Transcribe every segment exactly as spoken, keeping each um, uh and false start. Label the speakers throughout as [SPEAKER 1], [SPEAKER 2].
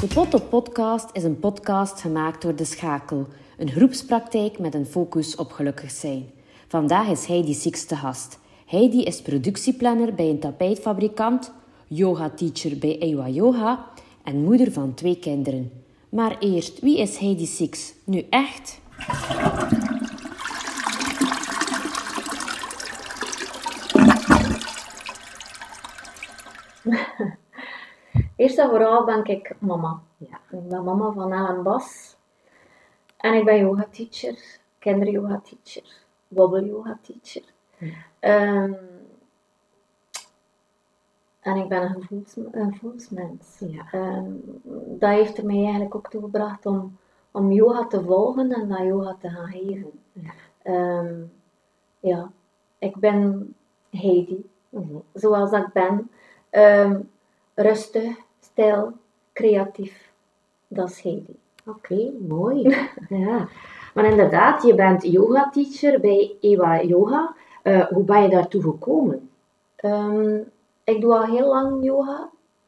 [SPEAKER 1] Potto Podcast is een podcast gemaakt door De Schakel, een groepspraktijk met een focus op gelukkig zijn. Vandaag is Heidi Six te gast. Heidi is productieplanner bij een tapijtfabrikant, yoga-teacher bij Ewa Yoga en moeder van twee kinderen. Maar eerst, wie is Heidi Six nu echt?
[SPEAKER 2] Eerst en vooral ben ik mama. Ja. Ik ben mama van Ellen Bas. En ik ben yoga teacher, kinderyoga teacher, wobble yoga teacher. Ja. Um, en ik ben een, gevoels, een gevoelsmens. Ja. Um, dat heeft er mij eigenlijk ook toe gebracht om, om yoga te volgen en dat yoga te gaan geven. Ja, um, ja. Ik ben Heidi, mm-hmm. zoals ik ben. Um, rustig, stil, creatief. Dat is Heidi.
[SPEAKER 3] Oké, okay, mooi. Ja. Maar inderdaad, je bent yoga-teacher bij Ewa Yoga. Uh, hoe ben je daartoe gekomen?
[SPEAKER 2] Um, ik doe al heel lang yoga.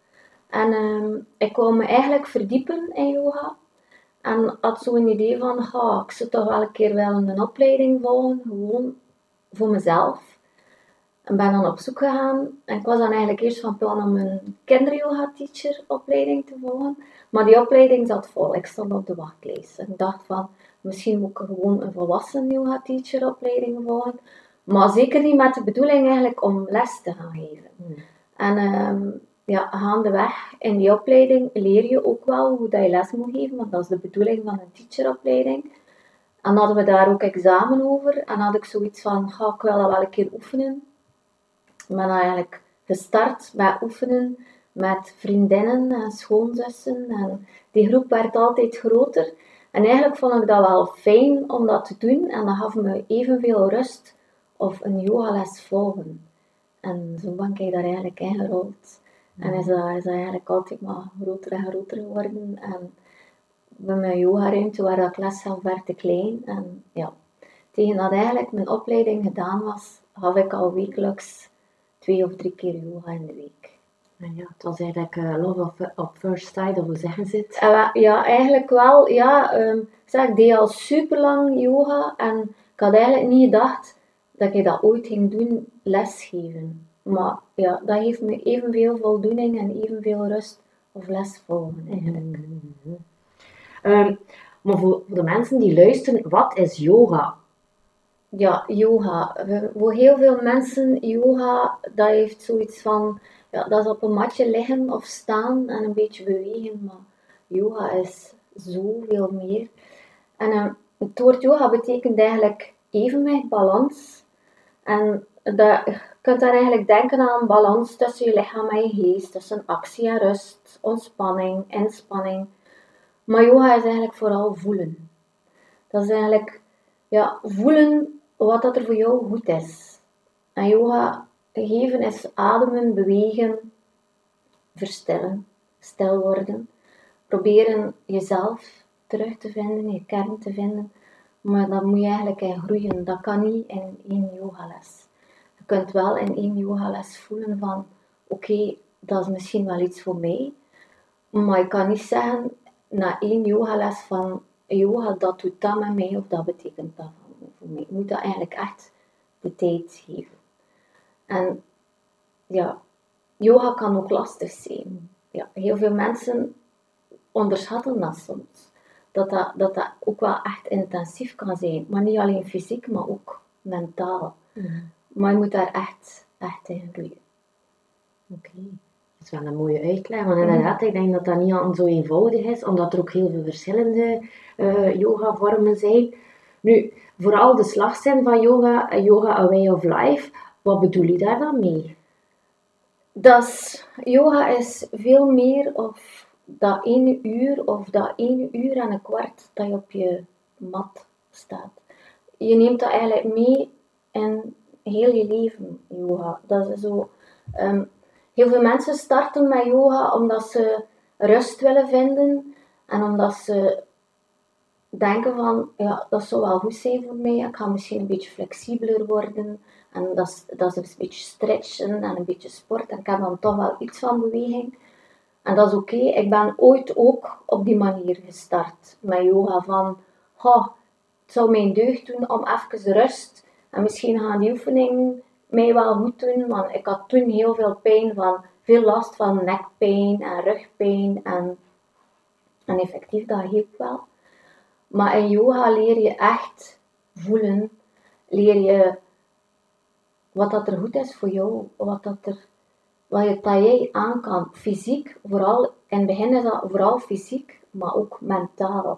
[SPEAKER 2] En um, ik wou me eigenlijk verdiepen in yoga. En had zo'n idee van, ga, ik zou toch wel een keer wel een opleiding volgen. Gewoon voor mezelf. En ben dan op zoek gegaan. En ik was dan eigenlijk eerst van plan om een kinderyoga-teacher opleiding te volgen. Maar die opleiding zat vol. Ik stond op de wachtlijst. En ik dacht van, misschien moet ik gewoon een volwassen yoga-teacher opleiding volgen. Maar zeker niet met de bedoeling eigenlijk om les te gaan geven. Hmm. En um, ja, gaandeweg in die opleiding leer je ook wel hoe dat je les moet geven. Want dat is de bedoeling van een teacheropleiding. En hadden we daar ook examen over. En had ik zoiets van, ga ik wil dat wel een keer oefenen. Ik ben eigenlijk gestart met oefenen met vriendinnen en schoonzussen. En die groep werd altijd groter. En eigenlijk vond ik dat wel fijn om dat te doen. En dat gaf me evenveel rust of een yogales volgen. En zo ben ik daar eigenlijk ingerold. Ja. En is dat, is dat eigenlijk altijd maar groter en groter geworden. En bij mijn yogaruimte waar ik les gaf werd te klein. En ja, tegen dat eigenlijk mijn opleiding gedaan was, gaf ik al wekelijks twee of drie keer yoga in de week.
[SPEAKER 3] Ja, het was eigenlijk uh, love at first sight, of hoe zeggen ze het?
[SPEAKER 2] Uh, ja, eigenlijk wel. Ja, um, zeg, ik deed al super lang yoga en ik had eigenlijk niet gedacht dat ik dat ooit ging doen, lesgeven. Maar ja, dat geeft me evenveel voldoening en evenveel rust of les volgen eigenlijk.
[SPEAKER 3] Mm-hmm. Um, maar voor, voor de mensen die luisteren, wat is yoga?
[SPEAKER 2] Ja, yoga. Voor heel veel mensen, yoga, dat heeft zoiets van, ja, dat is op een matje liggen of staan en een beetje bewegen, maar yoga is zoveel meer. En uh, het woord yoga betekent eigenlijk evenwicht, balans. En dat, je kunt dan eigenlijk denken aan balans tussen je lichaam en je geest, tussen actie en rust, ontspanning, inspanning. Maar yoga is eigenlijk vooral voelen. Dat is eigenlijk, ja, voelen wat dat er voor jou goed is. En yoga geven is ademen, bewegen, verstillen, stil worden. Proberen jezelf terug te vinden, je kern te vinden. Maar dat moet je eigenlijk in groeien. Dat kan niet in één yogales. Je kunt wel in één yogales voelen van, oké, okay, dat is misschien wel iets voor mij. Maar je kan niet zeggen, na één yogales van, yoga, dat doet dat met mij of dat betekent dat voor mij. Je moet dat eigenlijk echt de tijd geven. En ja, yoga kan ook lastig zijn. Ja, heel veel mensen onderschatten dat soms. Dat dat, dat dat ook wel echt intensief kan zijn. Maar niet alleen fysiek, maar ook mentaal. Mm. Maar je moet daar echt, echt in groeien.
[SPEAKER 3] Oké. Okay. Dat is wel een mooie uitleg. Want inderdaad, mm. ik denk dat dat niet altijd zo eenvoudig is. Omdat er ook heel veel verschillende uh, yoga-vormen zijn. Nu, vooral de slagzin van yoga, yoga a way of life. Wat bedoel je daar dan mee?
[SPEAKER 2] Dat yoga is veel meer of dat ene uur of dat ene uur en een kwart dat je op je mat staat. Je neemt dat eigenlijk mee in heel je leven, yoga. Dat is zo, um, heel veel mensen starten met yoga omdat ze rust willen vinden en omdat ze denken van, ja, dat zou wel goed zijn voor mij. Ik ga misschien een beetje flexibeler worden. En dat is, dat is een beetje stretchen en een beetje sport. En ik heb dan toch wel iets van beweging. En dat is oké. Okay. Ik ben ooit ook op die manier gestart met yoga. Van, oh, het zou mij deugd doen om even rust. En misschien gaan die oefeningen mij wel goed doen. Want ik had toen heel veel pijn van, veel last van nekpijn en rugpijn. En, en effectief, dat hielp wel. Maar in yoga leer je echt voelen. Leer je wat dat er goed is voor jou. Wat dat er... Wat je, dat jij aan kan, fysiek, vooral, in het begin is dat vooral fysiek, maar ook mentaal.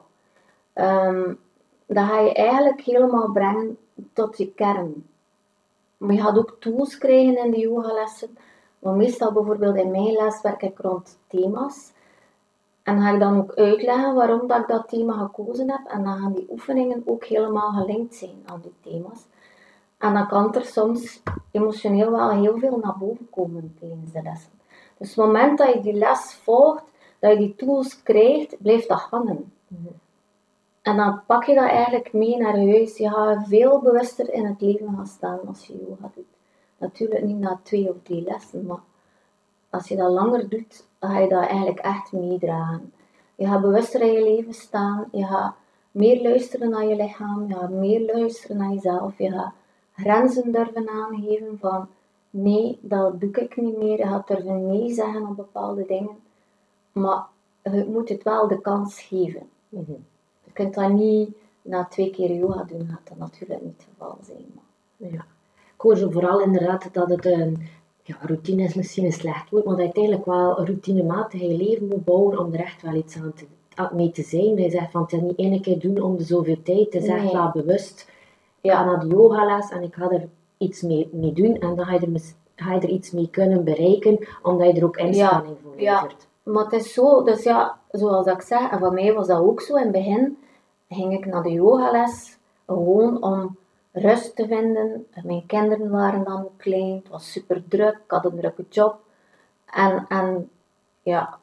[SPEAKER 2] Um, dat ga je eigenlijk helemaal brengen tot je kern. Maar je gaat ook tools krijgen in de yogalessen. Maar meestal bijvoorbeeld in mijn les werk ik rond thema's. En ga ik dan ook uitleggen waarom dat ik dat thema gekozen heb. En dan gaan die oefeningen ook helemaal gelinkt zijn aan die thema's. En dan kan er soms emotioneel wel heel veel naar boven komen tijdens de lessen. Dus op het moment dat je die les volgt, dat je die tools krijgt, blijft dat hangen. Mm-hmm. En dan pak je dat eigenlijk mee naar huis. Je gaat veel bewuster in het leven gaan staan als je yoga doet. Natuurlijk niet na twee of drie lessen, maar als je dat langer doet, dan ga je dat eigenlijk echt meedragen. Je gaat bewuster in je leven staan, je gaat meer luisteren naar je lichaam, je gaat meer luisteren naar jezelf, je gaat grenzen durven aangeven van nee, dat doe ik niet meer. Je gaat durven nee zeggen op bepaalde dingen. Maar je moet het wel de kans geven. Mm-hmm. Je kunt dat niet na twee keer yoga doen, gaat dat natuurlijk niet het geval zijn. Maar...
[SPEAKER 3] Ja. Ik hoor zo vooral inderdaad dat het een ja, routine is misschien een slecht woord, maar dat je eigenlijk wel een routinematig je leven moet bouwen om er echt wel iets aan te, mee te zijn. Dat je zegt van het is niet één keer doen om de zoveel tijd. Het is echt wel bewust. Ik ga naar de yogales en ik ga er iets mee, mee doen en dan ga je, er, ga je er iets mee kunnen bereiken, omdat je er ook inspanning
[SPEAKER 2] ja,
[SPEAKER 3] voor levert.
[SPEAKER 2] Ja, maar het is zo, dus ja, zoals ik zeg, en voor mij was dat ook zo. In het begin ging ik naar de yogales gewoon om rust te vinden. Mijn kinderen waren dan ook klein, het was super druk, ik had een drukke job. En, en ja,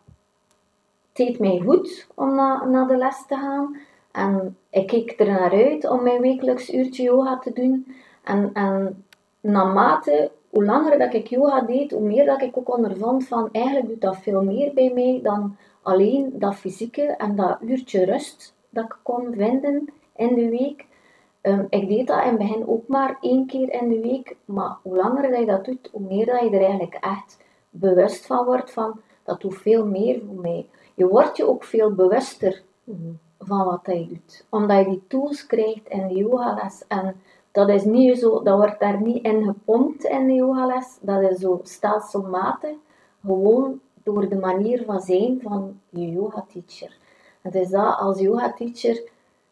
[SPEAKER 2] het deed mij goed om na, naar de les te gaan. En ik keek er naar uit om mijn wekelijks uurtje yoga te doen. En, en naarmate, hoe langer dat ik yoga deed, hoe meer dat ik ook ondervond van, eigenlijk doet dat veel meer bij mij dan alleen dat fysieke en dat uurtje rust dat ik kon vinden in de week. Um, ik deed dat in het begin ook maar één keer in de week, maar hoe langer dat je dat doet, hoe meer dat je er eigenlijk echt bewust van wordt van, dat doet veel meer voor mij. Je wordt je ook veel bewuster mm-hmm. van wat je doet. Omdat je die tools krijgt in de yogales. En dat is niet zo, dat wordt daar niet in gepompt in de yogales. Dat is zo stelselmatig. Gewoon door de manier van zijn van je yoga teacher. Het is dat als yoga teacher,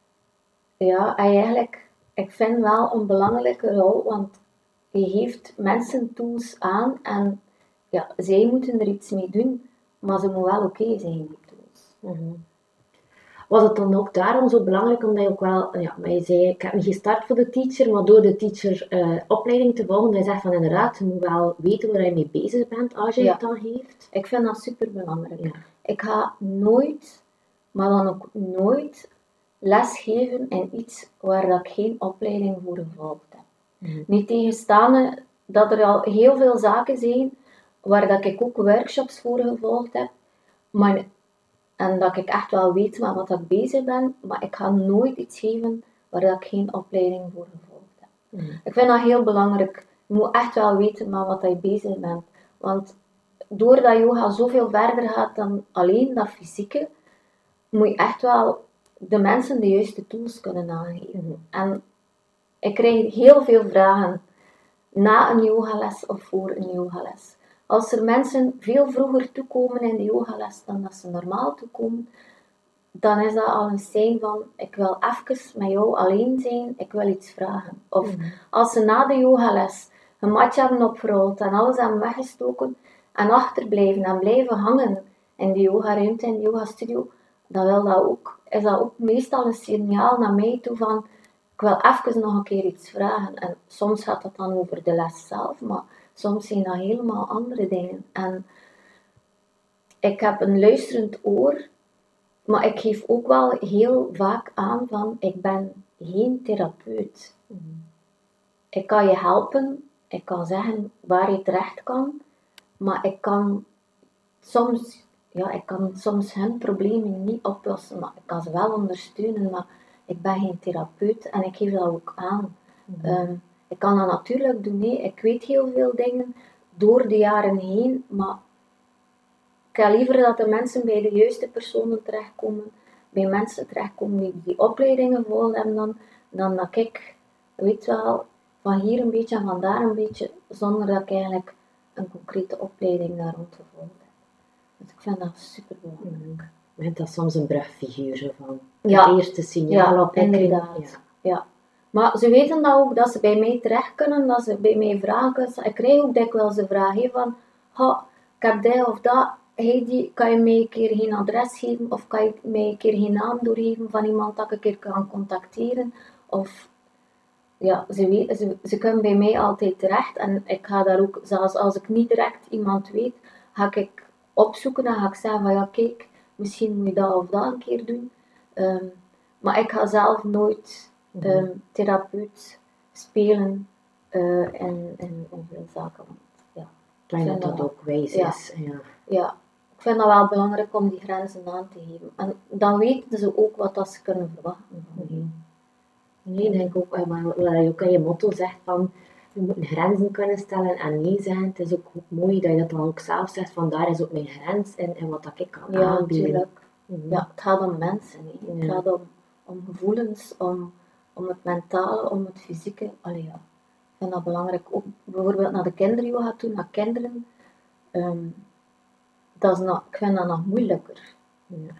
[SPEAKER 2] ja, eigenlijk, ik vind wel een belangrijke rol, want je geeft mensen tools aan en ja, zij moeten er iets mee doen, maar ze moeten wel oké okay zijn, die tools.
[SPEAKER 3] Mm-hmm. Was het dan ook daarom zo belangrijk, omdat je ook wel, ja, maar je zei, ik heb niet gestart voor de teacher, maar door de teacher uh, opleiding te volgen, dat je zegt van inderdaad, je moet wel weten waar je mee bezig bent als je ja. het dan geeft.
[SPEAKER 2] Ik vind dat super belangrijk. Ja. Ik ga nooit, maar dan ook nooit, lesgeven in iets waar dat ik geen opleiding voor gevolgd heb. Mm-hmm. Niet tegenstaande dat er al heel veel zaken zijn waar dat ik ook workshops voor gevolgd heb, maar, en dat ik echt wel weet met wat ik bezig ben, maar ik ga nooit iets geven waar dat ik geen opleiding voor gevolgd heb. Mm-hmm. Ik vind dat heel belangrijk. Je moet echt wel weten met wat je bezig bent, want doordat yoga zoveel verder gaat dan alleen dat fysieke, moet je echt wel de mensen de juiste tools kunnen aangeven. En ik krijg heel veel vragen na een yogales of voor een yogales. Als er mensen veel vroeger toekomen in de yogales dan dat ze normaal toekomen, dan is dat al een sein van, ik wil even met jou alleen zijn, ik wil iets vragen. Of mm-hmm. als ze na de yogales een matje hebben opgerold en alles hebben weggestoken en achterblijven en blijven hangen in de yogaruimte, in de yogastudio, dan wil dat ook, is dat ook meestal een signaal naar mij toe van, ik wil even nog een keer iets vragen. En soms gaat dat dan over de les zelf, maar soms zijn dat helemaal andere dingen. En ik heb een luisterend oor, maar ik geef ook wel heel vaak aan van, ik ben geen therapeut. Mm. Ik kan je helpen, ik kan zeggen waar je terecht kan, maar ik kan soms ja, ik kan soms hun problemen niet oplossen, maar ik kan ze wel ondersteunen, maar ik ben geen therapeut en ik geef dat ook aan.
[SPEAKER 3] Mm-hmm.
[SPEAKER 2] Um, ik kan dat natuurlijk doen, nee. Ik weet heel veel dingen door de jaren heen, maar ik heb liever dat de mensen bij de juiste personen terechtkomen, bij mensen terechtkomen die die opleidingen vol hebben dan, dan dat ik, weet wel, van hier een beetje en van daar een beetje, zonder dat ik eigenlijk een concrete opleiding daar rond gevolgd heb. Dus ik vind dat super belangrijk.
[SPEAKER 3] Mm-hmm. Je bent dat soms een brugfiguur, zo van
[SPEAKER 2] ja.
[SPEAKER 3] het eerste signaal
[SPEAKER 2] ja,
[SPEAKER 3] op
[SPEAKER 2] inderdaad. Ja. ja. Maar ze weten dat ook, dat ze bij mij terecht kunnen, dat ze bij mij vragen kunnen. Ik krijg ook dikwijls de vraag he, van, ha, ik heb dit of dat, Heidi, kan je mij een keer geen adres geven, of kan je mij een keer geen naam doorgeven van iemand dat ik een keer kan contacteren, of, ja, ze, weet, ze, ze kunnen bij mij altijd terecht, en ik ga daar ook, zelfs als ik niet direct iemand weet, ga ik opzoeken, en ga ik zeggen van, ja, kijk, misschien moet je dat of dat een keer doen, um, maar ik ga zelf nooit Um, therapeut spelen uh, in, in, in veel zaken. Want, ja,
[SPEAKER 3] ik denk dat dat, dat ook wijs
[SPEAKER 2] ja,
[SPEAKER 3] is. Ja.
[SPEAKER 2] ja, ik vind dat wel belangrijk om die grenzen aan te geven. En dan weten ze ook wat dat ze kunnen verwachten van je.
[SPEAKER 3] Mm-hmm. Nee, ik denk ook, wat je ook in je motto zegt van, je moet grenzen kunnen stellen en nee zijn. Het is ook mooi dat je dat dan ook zelf zegt, van daar is ook mijn grens en, en wat dat ik kan
[SPEAKER 2] ja,
[SPEAKER 3] aanbieden.
[SPEAKER 2] Natuurlijk.
[SPEAKER 3] Mm-hmm.
[SPEAKER 2] Ja, het gaat om mensen. He. Het
[SPEAKER 3] ja.
[SPEAKER 2] gaat om, om gevoelens, om om het mentale, om het fysieke. Allee, ja. Ik vind dat belangrijk. Ook bijvoorbeeld naar de kinderyoga toe, naar kinderen. Um, dat is nog, ik vind dat nog moeilijker.
[SPEAKER 3] Ja.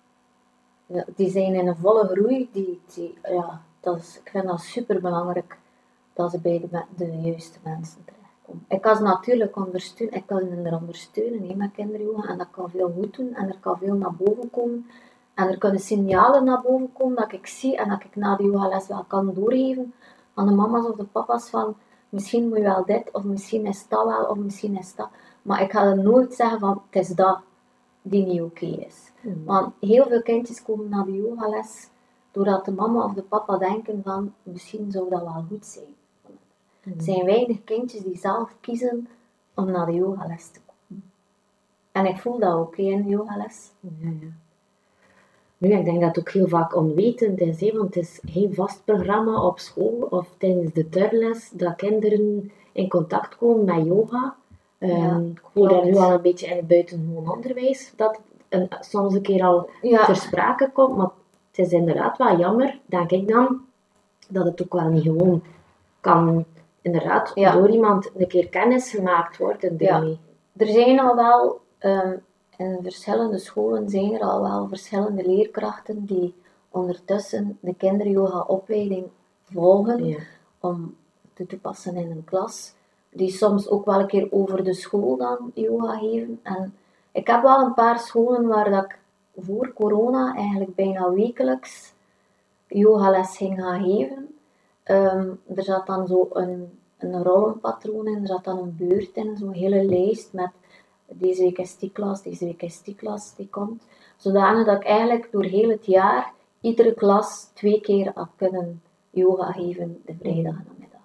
[SPEAKER 2] Ja, die zijn in een volle groei. Die, die, ja, dat is, ik vind dat super belangrijk dat ze bij de, de juiste mensen terechtkomen. Ik kan ze natuurlijk ondersteunen. Ik kan ze er ondersteunen he, met kinderyoga. En dat kan veel goed doen. En er kan veel naar boven komen. En er kunnen signalen naar boven komen dat ik zie en dat ik na de yogales wel kan doorgeven aan de mama's of de papa's van misschien moet je wel dit, of misschien is dat wel, of misschien is dat. Maar ik ga er nooit zeggen van het is dat die niet oké okay is. Mm. Want heel veel kindjes komen naar de yogales doordat de mama of de papa denken van misschien zou dat wel goed zijn. Mm. Er zijn weinig kindjes die zelf kiezen om naar de yogales te komen. En ik voel dat ook in de yogales.
[SPEAKER 3] Ja, ja. Nu, ik denk dat het ook heel vaak onwetend is, hè, want het is geen vast programma op school of tijdens de tuinles dat kinderen in contact komen met yoga. Ja, um, ik hoor daar nu al een beetje in het buitengewoon onderwijs dat een, soms een keer al ja. ter sprake komt, maar het is inderdaad wel jammer, denk ik dan, dat het ook wel niet gewoon kan, inderdaad, ja. door iemand een keer kennis gemaakt worden ermee.
[SPEAKER 2] Ja. Er zijn al wel... Um, In verschillende scholen zijn er al wel verschillende leerkrachten die ondertussen de kinderyoga-opleiding volgen ja. om te toepassen in een klas. Die soms ook wel een keer over de school dan yoga geven. En ik heb wel een paar scholen waar dat ik voor corona eigenlijk bijna wekelijks yogales ging gaan geven. Um, er zat dan zo een, een rollenpatroon in, er zat dan een beurt in, zo'n hele lijst met deze week is die klas, deze week is die klas die komt. Zodanig dat ik eigenlijk door heel het jaar iedere klas twee keer had kunnen yoga geven, de vrijdag en de middag.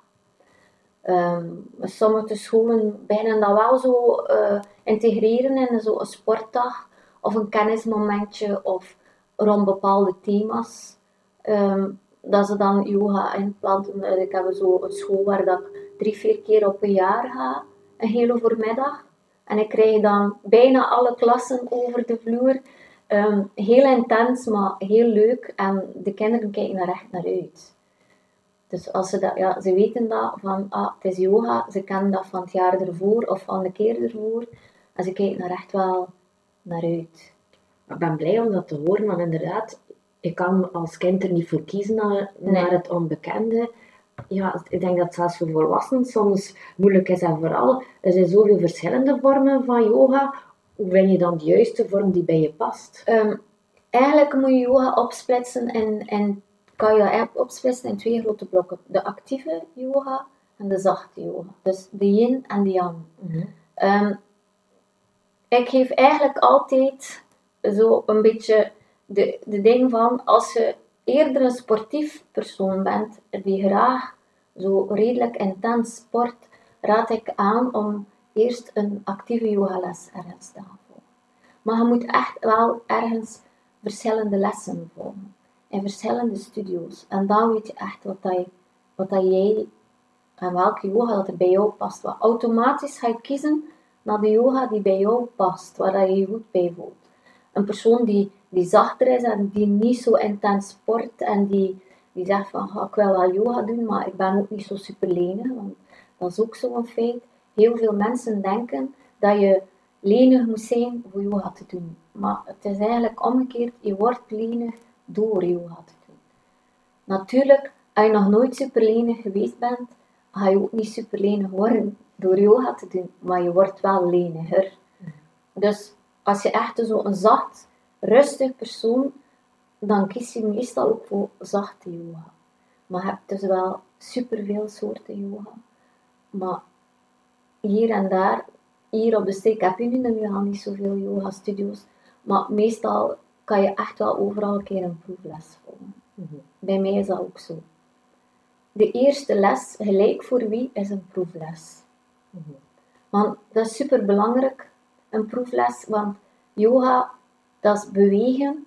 [SPEAKER 2] Um, sommige scholen beginnen dat wel zo uh, integreren in zo'n sportdag of een kennismomentje of rond bepaalde thema's. Um, dat ze dan yoga inplanten. Ik heb zo een school waar dat ik drie, vier keer op een jaar ga, een hele voormiddag. En ik krijg dan bijna alle klassen over de vloer. Um, heel intens, maar heel leuk. En de kinderen kijken er echt naar uit. Dus als ze, dat, ja, ze weten dat van, ah, het is yoga. Ze kennen dat van het jaar ervoor of van de keer ervoor. En ze kijken er echt wel naar uit.
[SPEAKER 3] Ik ben blij om dat te horen, want inderdaad, ik kan als kind er niet voor kiezen naar, naar nee. het onbekende. Ja, ik denk dat het zelfs voor volwassenen soms moeilijk is en vooral, er zijn zoveel verschillende vormen van yoga. Hoe vind je dan de juiste vorm die bij je past?
[SPEAKER 2] Um, eigenlijk moet je yoga opsplitsen en, en kan je dat opsplitsen in twee grote blokken. De actieve yoga en de zachte yoga. Dus de yin en de yang. Mm-hmm. Um, ik geef eigenlijk altijd zo een beetje de, de ding van, als je eerder een sportief persoon bent, die graag zo redelijk intens sport, raad ik aan om eerst een actieve yogales ergens te gaan volgen. Maar je moet echt wel ergens verschillende lessen volgen. In verschillende studio's. En dan weet je echt wat, dat je, wat dat jij en welke yoga dat er bij jou past. Want automatisch ga je kiezen naar de yoga die bij jou past. Waar dat je je goed bij voelt. Een persoon die, die zachter is en die niet zo intens sport. En die, die zegt van, ga ik wil wel yoga doen, maar ik ben ook niet zo super lenig. Want dat is ook zo'n feit. Heel veel mensen denken dat je lenig moet zijn voor yoga te doen. Maar het is eigenlijk omgekeerd. Je wordt lenig door yoga te doen. Natuurlijk, als je nog nooit super lenig geweest bent, ga je ook niet super lenig worden door yoga te doen. Maar je wordt wel leniger. Dus als je echt zo'n zacht, rustig persoon, dan kies je meestal ook voor zachte yoga. Maar je hebt dus wel superveel soorten yoga. Maar hier en daar, hier op de streek heb je nu nog niet zoveel yoga studio's. Maar meestal kan je echt wel overal een keer een proefles volgen. Mm-hmm. Bij mij is dat ook zo. De eerste les, gelijk voor wie, is een proefles. Mm-hmm. Want dat is super belangrijk, een proefles, want yoga, dat is bewegen,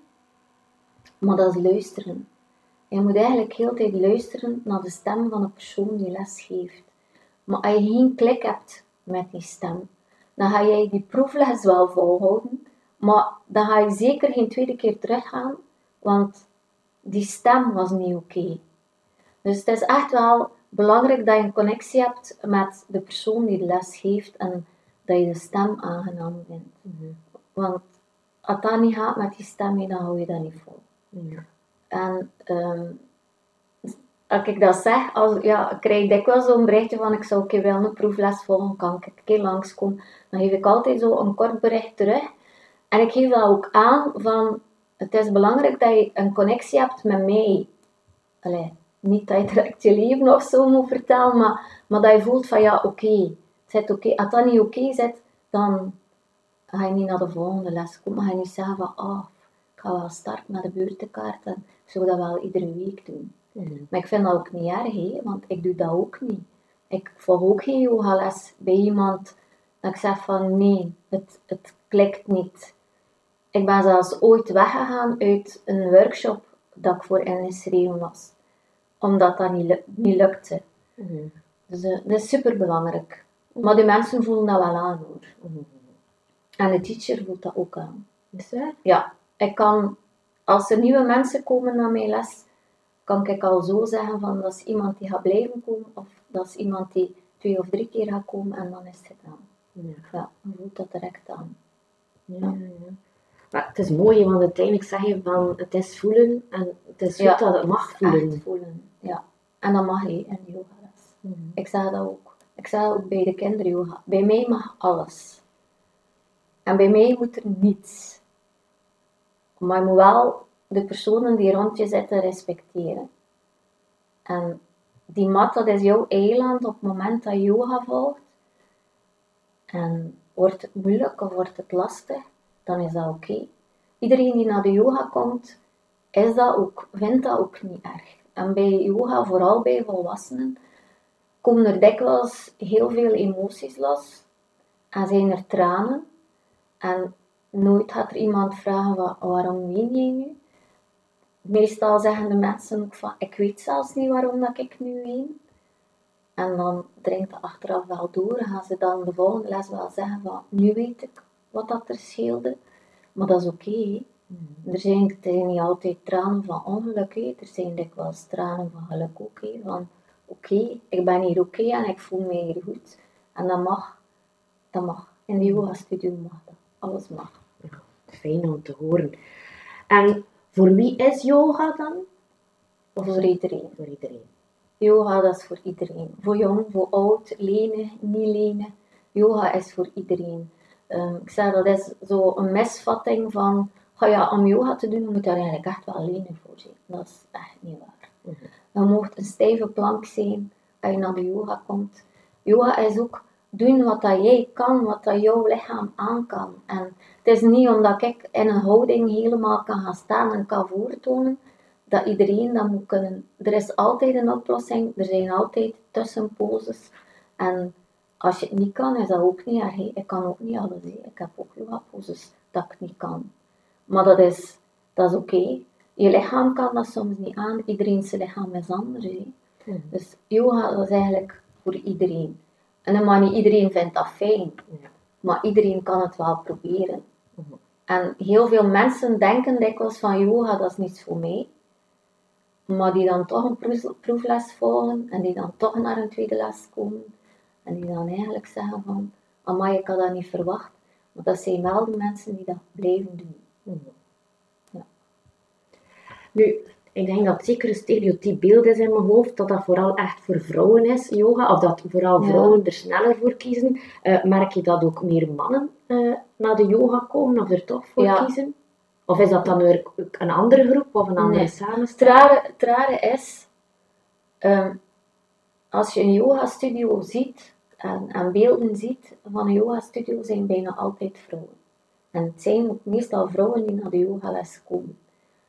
[SPEAKER 2] maar dat is luisteren. Je moet eigenlijk heel de tijd luisteren naar de stem van de persoon die les geeft. Maar als je geen klik hebt met die stem, dan ga jij die proefles wel volhouden, maar dan ga je zeker geen tweede keer teruggaan, want die stem was niet oké. Okay. Dus het is echt wel belangrijk dat je een connectie hebt met de persoon die de les geeft en dat je de stem aangenaam vindt. Mm-hmm. Want als dat niet gaat met die stem, dan hou je dat niet vol. Mm-hmm. En um, als ik dat zeg, als, ja, ik krijg dikwijls zo'n berichtje van ik zou een keer wel een proefles volgen, kan ik een keer langskomen. Dan geef ik altijd zo een kort bericht terug. En ik geef dat ook aan van, het is belangrijk dat je een connectie hebt met mij. Allee, niet dat je direct je leven of zo moet vertellen, maar, maar dat je voelt van ja, oké, okay, het oké. Okay. Als dat niet oké okay zit, dan ga je niet naar de volgende les komen. Dan ga je niet zeggen van, ah, oh, ik ga wel starten met de buurtenkaart en ik zou dat wel iedere week doen. Mm-hmm. Maar ik vind dat ook niet erg, he, want ik doe dat ook niet. Ik volg ook geen yogales bij iemand dat ik zeg van nee, het, het klikt niet. Ik ben zelfs ooit weggegaan uit een workshop dat ik voor ingeschreven was. Omdat dat niet, niet lukte. Mm-hmm. Dus uh, dat is super belangrijk. Mm-hmm. Maar de mensen voelen dat wel aan hoor. Mm-hmm. En de teacher voelt dat ook aan.
[SPEAKER 3] Is dat?
[SPEAKER 2] Ja, ik kan, als er nieuwe mensen komen naar mijn les, kan ik al zo zeggen van dat is iemand die gaat blijven komen of dat is iemand die twee of drie keer gaat komen en dan is het gedaan. Ja, ja, dan voelt dat direct aan.
[SPEAKER 3] Ja, ja. Ja. Maar het is mooi, want uiteindelijk zeg je van het is voelen en het is goed ja, dat het mag voelen.
[SPEAKER 2] Echt voelen. Ja. En dat mag je in yogales. Mm-hmm. Ik zeg dat ook. Ik zeg dat ook bij de kinderyoga. Bij mij mag alles. En bij mij moet er niets. Maar je moet wel de personen die rond je zitten respecteren. En die mat, dat is jouw eiland op het moment dat je yoga volgt. En wordt het moeilijk of wordt het lastig, dan is dat oké. Okay. Iedereen die naar de yoga komt, is dat ook, vindt dat ook niet erg. En bij yoga, vooral bij volwassenen, komen er dikwijls heel veel emoties los. En zijn er tranen. En nooit gaat er iemand vragen, van, waarom ween jij nu? Meestal zeggen de mensen ook van, ik weet zelfs niet waarom dat ik nu ween. En dan dringt het achteraf wel door. Gaan ze dan de volgende les wel zeggen van, nu weet ik wat dat er scheelde. Maar dat is oké. Okay, mm. Er zijn, er zijn niet altijd tranen van ongeluk. He. Er zijn dikwijls tranen van geluk ook. He. Van, oké, okay, ik ben hier oké okay en ik voel me hier goed. En dat mag. Dat mag. In de yoga studio mag dat. Alles mag.
[SPEAKER 3] Ja, fijn om te horen. En voor wie is yoga dan?
[SPEAKER 2] Of voor iedereen?
[SPEAKER 3] Voor iedereen.
[SPEAKER 2] Yoga, dat is voor iedereen. Voor jong, voor oud, lenig, niet lenig. Yoga is voor iedereen. Um, ik zeg, dat is zo een misvatting van, ga ja, om yoga te doen, moet je daar eigenlijk echt wel lenig voor zijn. Dat is echt niet waar. Mm-hmm. Je mag een stijve plank zijn als je naar de yoga komt. Yoga is ook doen wat dat jij kan, wat dat jouw lichaam aan kan. En het is niet omdat ik in een houding helemaal kan gaan staan en kan voortonen, dat iedereen dat moet kunnen. Er is altijd een oplossing, er zijn altijd tussenposes. En als je het niet kan, is dat ook niet erg. Ik kan ook niet alles. He. Ik heb ook yoga poses dat ik niet kan. Maar dat is, dat is oké. Okay. Je lichaam kan dat soms niet aan. Iedereen zijn lichaam is anders. Hè. Mm. Dus yoga dat is eigenlijk voor iedereen. En maar niet iedereen vindt dat fijn. Ja. Maar iedereen kan het wel proberen. Mm. En heel veel mensen denken dikwijls van yoga, dat is niets voor mij. Maar die dan toch een proefles volgen. En die dan toch naar een tweede les komen. En die dan eigenlijk zeggen van, amai, ik had dat niet verwacht. Maar dat zijn wel de mensen die dat blijven doen. Mm. Ja.
[SPEAKER 3] Nu, ik denk dat het zeker een stereotyp beeld is in mijn hoofd, dat dat vooral echt voor vrouwen is, yoga. Of dat vooral vrouwen ja. er sneller voor kiezen. Uh, merk je dat ook meer mannen uh, naar de yoga komen, of er toch voor ja. kiezen? Of is dat dan weer een andere groep, of een andere nee. samenstelling?
[SPEAKER 2] Het rare, het rare is, um, als je een yoga studio ziet, En, en beelden ziet van een yoga-studio zijn bijna altijd vrouwen. En het zijn ook meestal vrouwen die naar de yogales komen.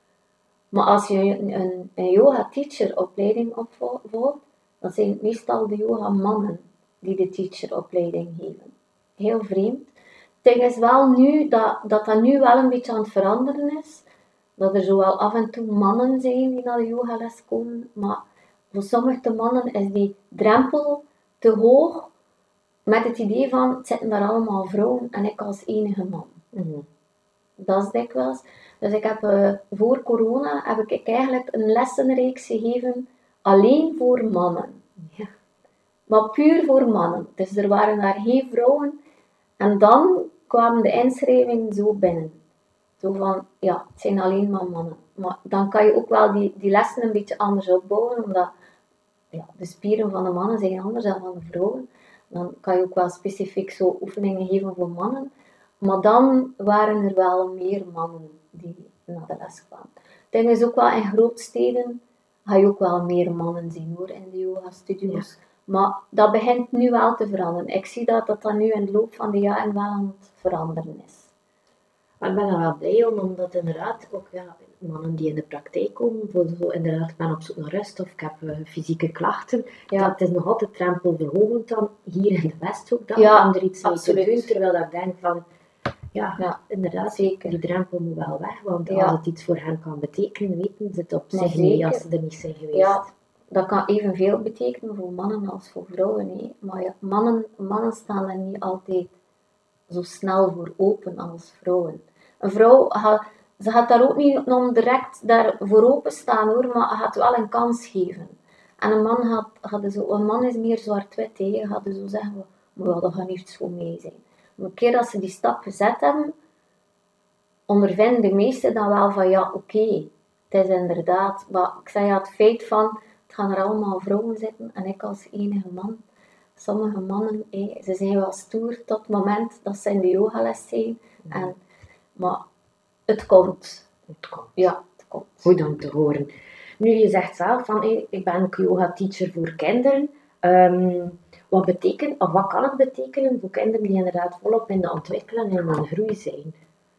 [SPEAKER 2] Maar als je een, een, een yoga-teacher-opleiding opvolgt, dan zijn het meestal de yoga-mannen die de teacher-opleiding geven. Heel vreemd. Het ding is wel nu dat, dat dat nu wel een beetje aan het veranderen is. Dat er zowel af en toe mannen zijn die naar de yogales komen, maar voor sommige mannen is die drempel te hoog. Met het idee van, het zitten daar allemaal vrouwen en ik als enige man. Mm-hmm. Dat is dikwijls. Dus ik heb, uh, voor corona heb ik eigenlijk een lessenreeks gegeven alleen voor mannen. Ja. Maar puur voor mannen. Dus er waren daar geen vrouwen. En dan kwamen de inschrijvingen zo binnen. Zo van, ja, het zijn alleen maar mannen. Maar dan kan je ook wel die, die lessen een beetje anders opbouwen. Omdat ja, de spieren van de mannen zijn anders dan van de vrouwen. Dan kan je ook wel specifiek zo oefeningen geven voor mannen. Maar dan waren er wel meer mannen die naar de les kwamen. Ik denk dus ook wel in grootsteden ga je ook wel meer mannen zien hoor, in de yoga studios. Ja. Maar dat begint nu wel te veranderen. Ik zie dat dat, dat nu in de loop van de jaren wel aan het veranderen is.
[SPEAKER 3] Maar ik ben er wel blij om, omdat inderdaad ook ja, mannen die in de praktijk komen, bijvoorbeeld zo, inderdaad, ik ben op zoek naar rust of ik heb uh, fysieke klachten, ja. dat is nog altijd drempelverhogend dan hier in de Westhoek dan, ja, om er iets mee te doen, terwijl ik denk van, ja, ja inderdaad, zeker. Die drempel moet wel weg, want ja. als het iets voor hen kan betekenen, weten ze het op zich niet als ze er niet zijn geweest.
[SPEAKER 2] Ja, dat kan evenveel betekenen voor mannen als voor vrouwen, nee. Maar ja, mannen, mannen staan er niet altijd zo snel voor open als vrouwen. Een vrouw gaat, ze gaat daar ook niet om direct daar voor open staan hoor, maar gaat wel een kans geven. En een man, gaat, gaat zo, een man is meer zwart-wit, je gaat dus zo zeggen, maar dat gaat niet zo mee zijn. Maar een keer dat ze die stap gezet hebben, ondervinden de meesten dan wel van ja, oké, okay, het is inderdaad, maar ik zeg ja, het feit van, het gaan er allemaal vrouwen zitten en ik als enige man. Sommige mannen, hé, ze zijn wel stoer tot het moment dat ze in de yogales zijn. Mm. En, maar het komt.
[SPEAKER 3] Het komt.
[SPEAKER 2] Ja, het komt.
[SPEAKER 3] Goed om te horen. Nu, je zegt zelf van, hé, ik ben ook yoga-teacher voor kinderen. Um, wat betekent, of wat kan het betekenen voor kinderen die inderdaad volop in de ontwikkeling en in de groei zijn?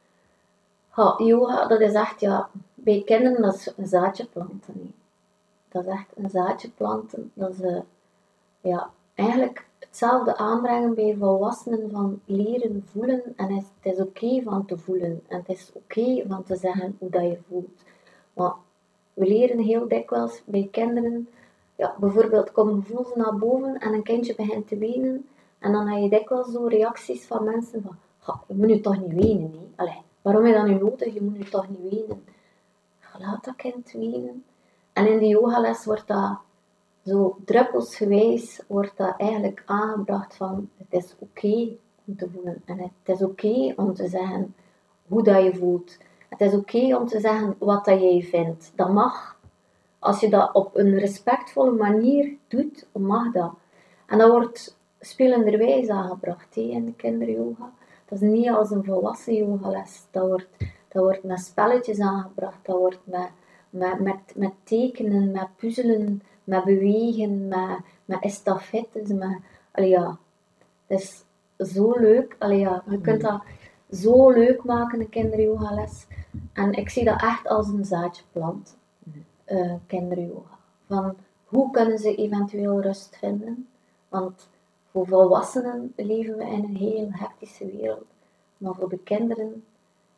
[SPEAKER 2] Ja, yoga, dat is echt, ja, bij kinderen, dat is een zaadje planten. Nee. Dat is echt een zaadje planten. Dat is, uh, ja... Eigenlijk hetzelfde aanbrengen bij volwassenen van leren voelen en het is oké okay van te voelen en het is oké okay van te zeggen hoe dat je voelt. Maar we leren heel dikwijls bij kinderen, ja, bijvoorbeeld komen gevoelens naar boven en een kindje begint te wenen en dan heb je dikwijls zo reacties van mensen van, je moet nu toch niet wenen, hè? Allee, waarom heb je dat nu nodig, je moet nu toch niet wenen. Laat dat kind wenen. En in de yogales wordt dat zo druppelsgewijs wordt dat eigenlijk aangebracht van het is oké okay om te voelen en het is oké okay om te zeggen hoe dat je voelt. Het is oké okay om te zeggen wat dat jij vindt. Dat mag. Als je dat op een respectvolle manier doet, mag dat. En dat wordt spelenderwijs aangebracht he, in de kinderyoga. Dat is niet als een volwassen yogales. Dat wordt, dat wordt met spelletjes aangebracht. Dat wordt met, met, met, met tekenen, met puzzelen, met bewegen, met, met estafettes, met, allee ja, het is zo leuk, allee ja, je kunt dat zo leuk maken, een kinderyogales. En ik zie dat echt als een zaadje planten, uh, kinderyoga. Van, hoe kunnen ze eventueel rust vinden? Want voor volwassenen leven we in een heel hectische wereld, maar voor de kinderen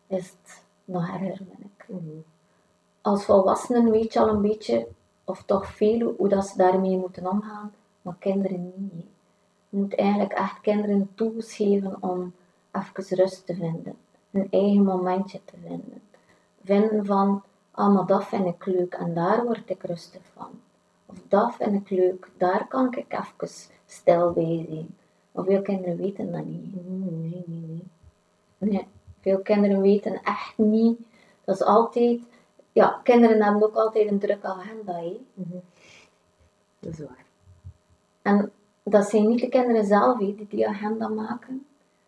[SPEAKER 2] is het nog erger, vind ik.
[SPEAKER 3] Mm-hmm.
[SPEAKER 2] Als volwassenen weet je al een beetje, of toch veel, hoe dat ze daarmee moeten omgaan, maar kinderen niet. Je moet eigenlijk echt kinderen tools geven om even rust te vinden. Een eigen momentje te vinden. Vinden van, ah, maar dat vind ik leuk en daar word ik rustig van. Of dat vind ik leuk, daar kan ik even stil bij zijn. Maar veel kinderen weten dat niet.
[SPEAKER 3] Mm, nee, nee, nee.
[SPEAKER 2] Nee, veel kinderen weten echt niet. Dat is altijd... Ja, kinderen hebben ook altijd een drukke agenda. Hè?
[SPEAKER 3] Mm-hmm. Dat is waar.
[SPEAKER 2] En dat zijn niet de kinderen zelf hè, die die agenda maken.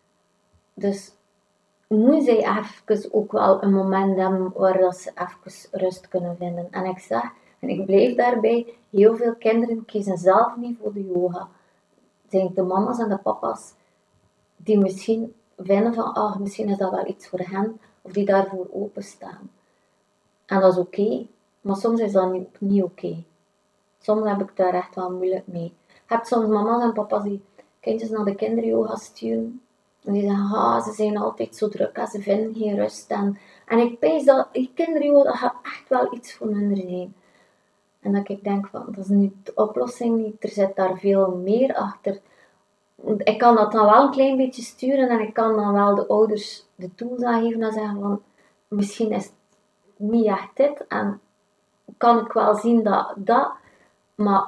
[SPEAKER 2] Dus moeten zij even ook wel een moment hebben waar dat ze even rust kunnen vinden. En ik zeg, en ik blijf daarbij, heel veel kinderen kiezen zelf niet voor de yoga. Het zijn de mama's en de papa's die misschien vinden van, ah, misschien is dat wel iets voor hen, of die daarvoor openstaan. En dat is oké, okay, maar soms is dat niet, niet oké. Okay. Soms heb ik daar echt wel moeilijk mee. Je hebt soms mama's en papa's die kindjes naar de kinderyoga sturen. En die zeggen, ah, ze zijn altijd zo druk en ze vinden geen rust. En, en ik pijs dat die kinderyoga, dat gaat echt wel iets voor hun zijn. En dat ik denk van, dat is niet de oplossing niet. Er zit daar veel meer achter. Ik kan dat dan wel een klein beetje sturen en ik kan dan wel de ouders de tools aangeven en zeggen van, misschien is het niet echt dit en kan ik wel zien dat dat, maar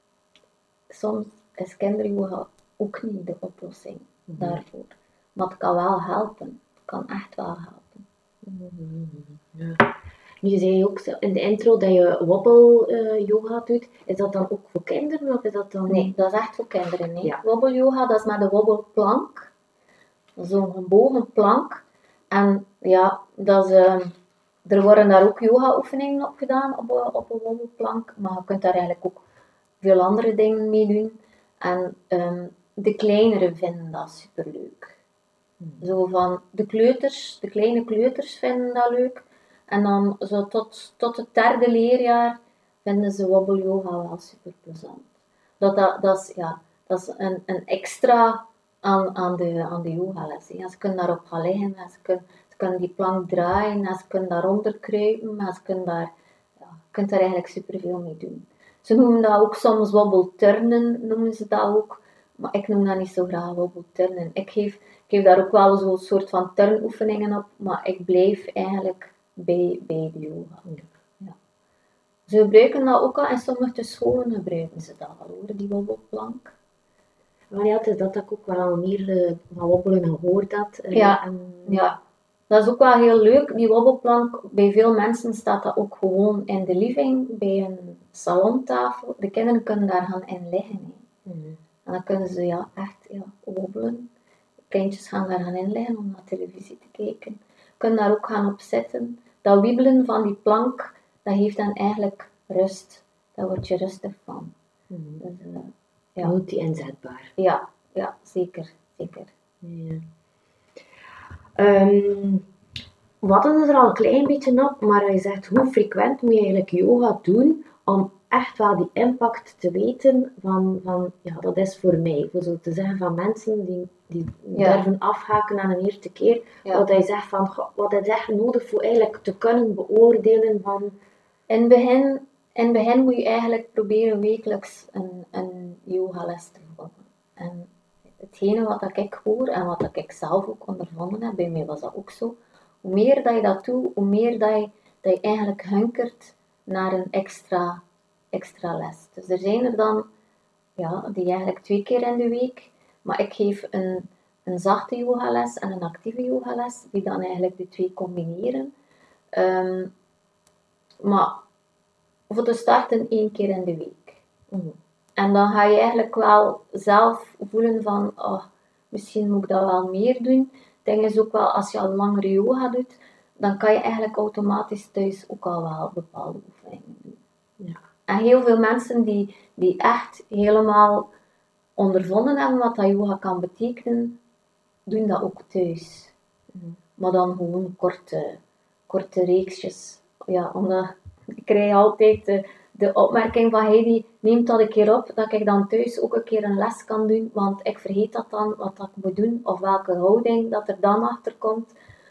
[SPEAKER 2] soms is kinderyoga ook niet de oplossing mm-hmm. daarvoor. Maar het kan wel helpen. Het kan echt wel helpen.
[SPEAKER 3] Mm-hmm. Ja. Nu zei je ook in de intro dat je wobbel uh, yoga doet. Is dat dan ook voor kinderen of is dat dan...
[SPEAKER 2] Nee, dat is echt voor kinderen. Nee.
[SPEAKER 3] Ja.
[SPEAKER 2] Wobbel yoga, dat is met de wobbelplank. Zo'n gebogen plank. En ja, dat is... Uh, er worden daar ook yoga oefeningen op gedaan op, op een wobbelplank. Maar je kunt daar eigenlijk ook veel andere dingen mee doen. En um, de kleineren vinden dat superleuk. Hmm. Zo van de kleuters, de kleine kleuters vinden dat leuk. En dan zo tot, tot het derde leerjaar vinden ze wobbel yoga wel super plezant. Dat, dat, dat is, ja, dat is een, een extra aan, aan de, aan de yogales. Ze kunnen daarop gaan liggen en ze kunnen, ze kunnen die plank draaien en ze kunnen daaronder kruipen. En ze kunnen daar, ja, je kunt daar eigenlijk superveel mee doen. Ze noemen dat ook soms wobbelturnen, noemen ze dat ook. Maar ik noem dat niet zo graag wobbelturnen. Ik geef, ik geef daar ook wel zo'n soort van turnoefeningen op, maar ik blijf eigenlijk bij, bij de yoga. Ja. Ze gebruiken dat ook al, in sommige scholen gebruiken ze dat al hoor, die wobbelplank.
[SPEAKER 3] Maar ja, het is dat ik ook wel meer uh, van wobbelen gehoord had. Uh,
[SPEAKER 2] ja,
[SPEAKER 3] en...
[SPEAKER 2] ja, dat is ook wel heel leuk. Die wobbelplank, bij veel mensen staat dat ook gewoon in de living, bij een salontafel. De kinderen kunnen daar gaan in liggen. Mm. En dan kunnen ze ja, echt ja, wobbelen. Kindjes gaan daar gaan in liggen om naar televisie te kijken. Kunnen daar ook gaan op zitten. Dat wiebelen van die plank, dat geeft dan eigenlijk rust. Daar word je rustig van.
[SPEAKER 3] Mm.
[SPEAKER 2] Dus, uh,
[SPEAKER 3] ja. Multi-inzetbaar.
[SPEAKER 2] Ja, ja, zeker. zeker.
[SPEAKER 3] Ja. Um, we hadden het er al een klein beetje op, maar je zegt hoe frequent moet je eigenlijk yoga doen om echt wel die impact te weten van, van ja, dat is voor mij. Voor zo te zeggen van mensen die, die ja. durven afhaken aan een eerste keer. Ja. Wat je zegt van, wat is echt nodig voor eigenlijk te kunnen beoordelen van...
[SPEAKER 2] In het begin, in het begin moet je eigenlijk proberen wekelijks een, een yogales te volgen. En hetgene wat ik hoor en wat ik zelf ook ondervonden heb, bij mij was dat ook zo. Hoe meer dat je dat doet, hoe meer dat je, dat je eigenlijk hunkert naar een extra, extra les. Dus er zijn er dan, ja, die eigenlijk twee keer in de week, maar ik geef een, een zachte yogales en een actieve yogales, die dan eigenlijk de twee combineren. Um, maar voor de starten één keer in de week. Mm. En dan ga je eigenlijk wel zelf voelen van, oh, misschien moet ik dat wel meer doen. Het ding is ook wel, als je al langere yoga doet, dan kan je eigenlijk automatisch thuis ook al wel bepaalde oefeningen doen. Ja. En heel veel mensen die, die echt helemaal ondervonden hebben wat dat yoga kan betekenen, doen dat ook thuis. Mm. Maar dan gewoon korte, korte reeksjes. Ja, omdat ik krijg altijd de, de opmerking van Heidi, neemt dat een keer op, dat ik dan thuis ook een keer een les kan doen, want ik vergeet dat dan, wat dat ik moet doen, of welke houding dat er dan achter komt.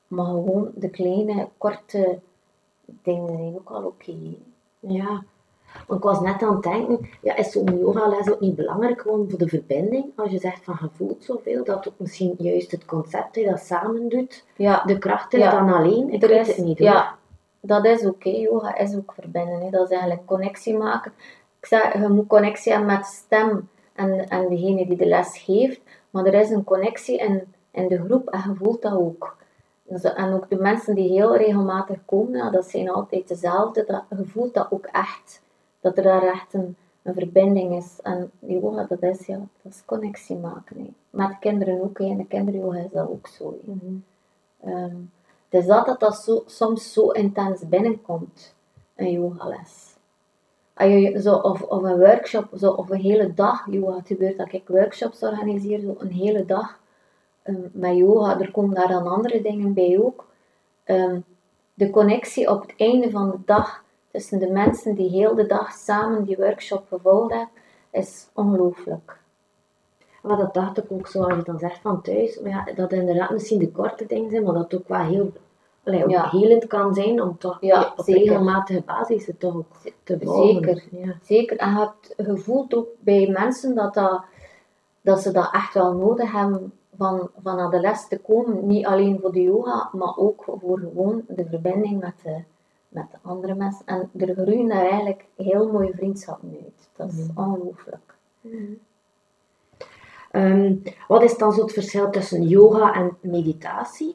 [SPEAKER 2] Maar gewoon de kleine, korte dingen zijn ook al oké. Okay.
[SPEAKER 3] Ja, want ik was net aan het denken, ja, is zo'n yogales ook niet belangrijk gewoon voor de verbinding? Als je zegt van je voelt zoveel, dat ook misschien juist het concept dat je dat samen doet,
[SPEAKER 2] ja.
[SPEAKER 3] de kracht is
[SPEAKER 2] ja.
[SPEAKER 3] dan alleen, ik
[SPEAKER 2] er
[SPEAKER 3] weet
[SPEAKER 2] is,
[SPEAKER 3] het niet hoor.
[SPEAKER 2] Ja, dat is oké, okay. Yoga is ook verbinden, hè. Dat is eigenlijk connectie maken. Ik zeg, je moet connectie hebben met de stem en, en degene die de les geeft, maar er is een connectie in, in de groep en je voelt dat ook. En ook de mensen die heel regelmatig komen, ja, dat zijn altijd dezelfde, dat, je voelt dat ook echt, dat er daar echt een, een verbinding is. En yoga, dat is, ja, dat is connectie maken. Hè. Met kinderen ook, hè. In de kinderyoga is dat ook zo. Mm-hmm. Um, het is dat dat, dat zo, soms zo intens binnenkomt, een yogales. Als je zo, of, of een workshop, zo, of een hele dag yoga. Het gebeurt dat ik workshops organiseer, zo een hele dag um, met yoga. Er komen daar dan andere dingen bij ook. Um, de connectie op het einde van de dag tussen de mensen die heel de dag samen die workshop gevolgd hebben, is ongelooflijk.
[SPEAKER 3] Maar dat dacht ik ook zo, als je dan zegt van thuis, maar ja, dat inderdaad misschien de korte dingen zijn, maar dat het ook wel heel allee, ook ja. helend kan zijn om toch
[SPEAKER 2] ja,
[SPEAKER 3] op regelmatige basis het toch ook te volgen.
[SPEAKER 2] Zeker,
[SPEAKER 3] ja.
[SPEAKER 2] zeker. En je hebt gevoeld ook bij mensen dat, dat, dat ze dat echt wel nodig hebben van, van naar de les te komen. Niet alleen voor de yoga, maar ook voor gewoon de verbinding met de, met de andere mensen. En er groeien daar eigenlijk heel mooie vriendschappen uit. Dat is mm. ongelooflijk.
[SPEAKER 3] Mm. Um, wat is dan zo het verschil tussen yoga en meditatie?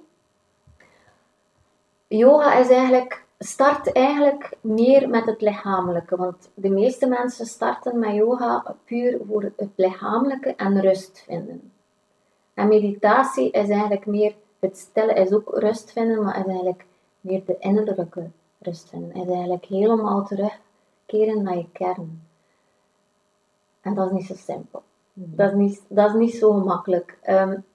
[SPEAKER 2] Yoga is eigenlijk, start eigenlijk meer met het lichamelijke. Want de meeste mensen starten met yoga puur voor het lichamelijke en rust vinden. En meditatie is eigenlijk meer, het stille is ook rust vinden, maar is eigenlijk meer de innerlijke rust vinden. Is eigenlijk helemaal terugkeren naar je kern. En dat is niet zo simpel. Mm-hmm. Dat is niet, dat is niet zo gemakkelijk. Um,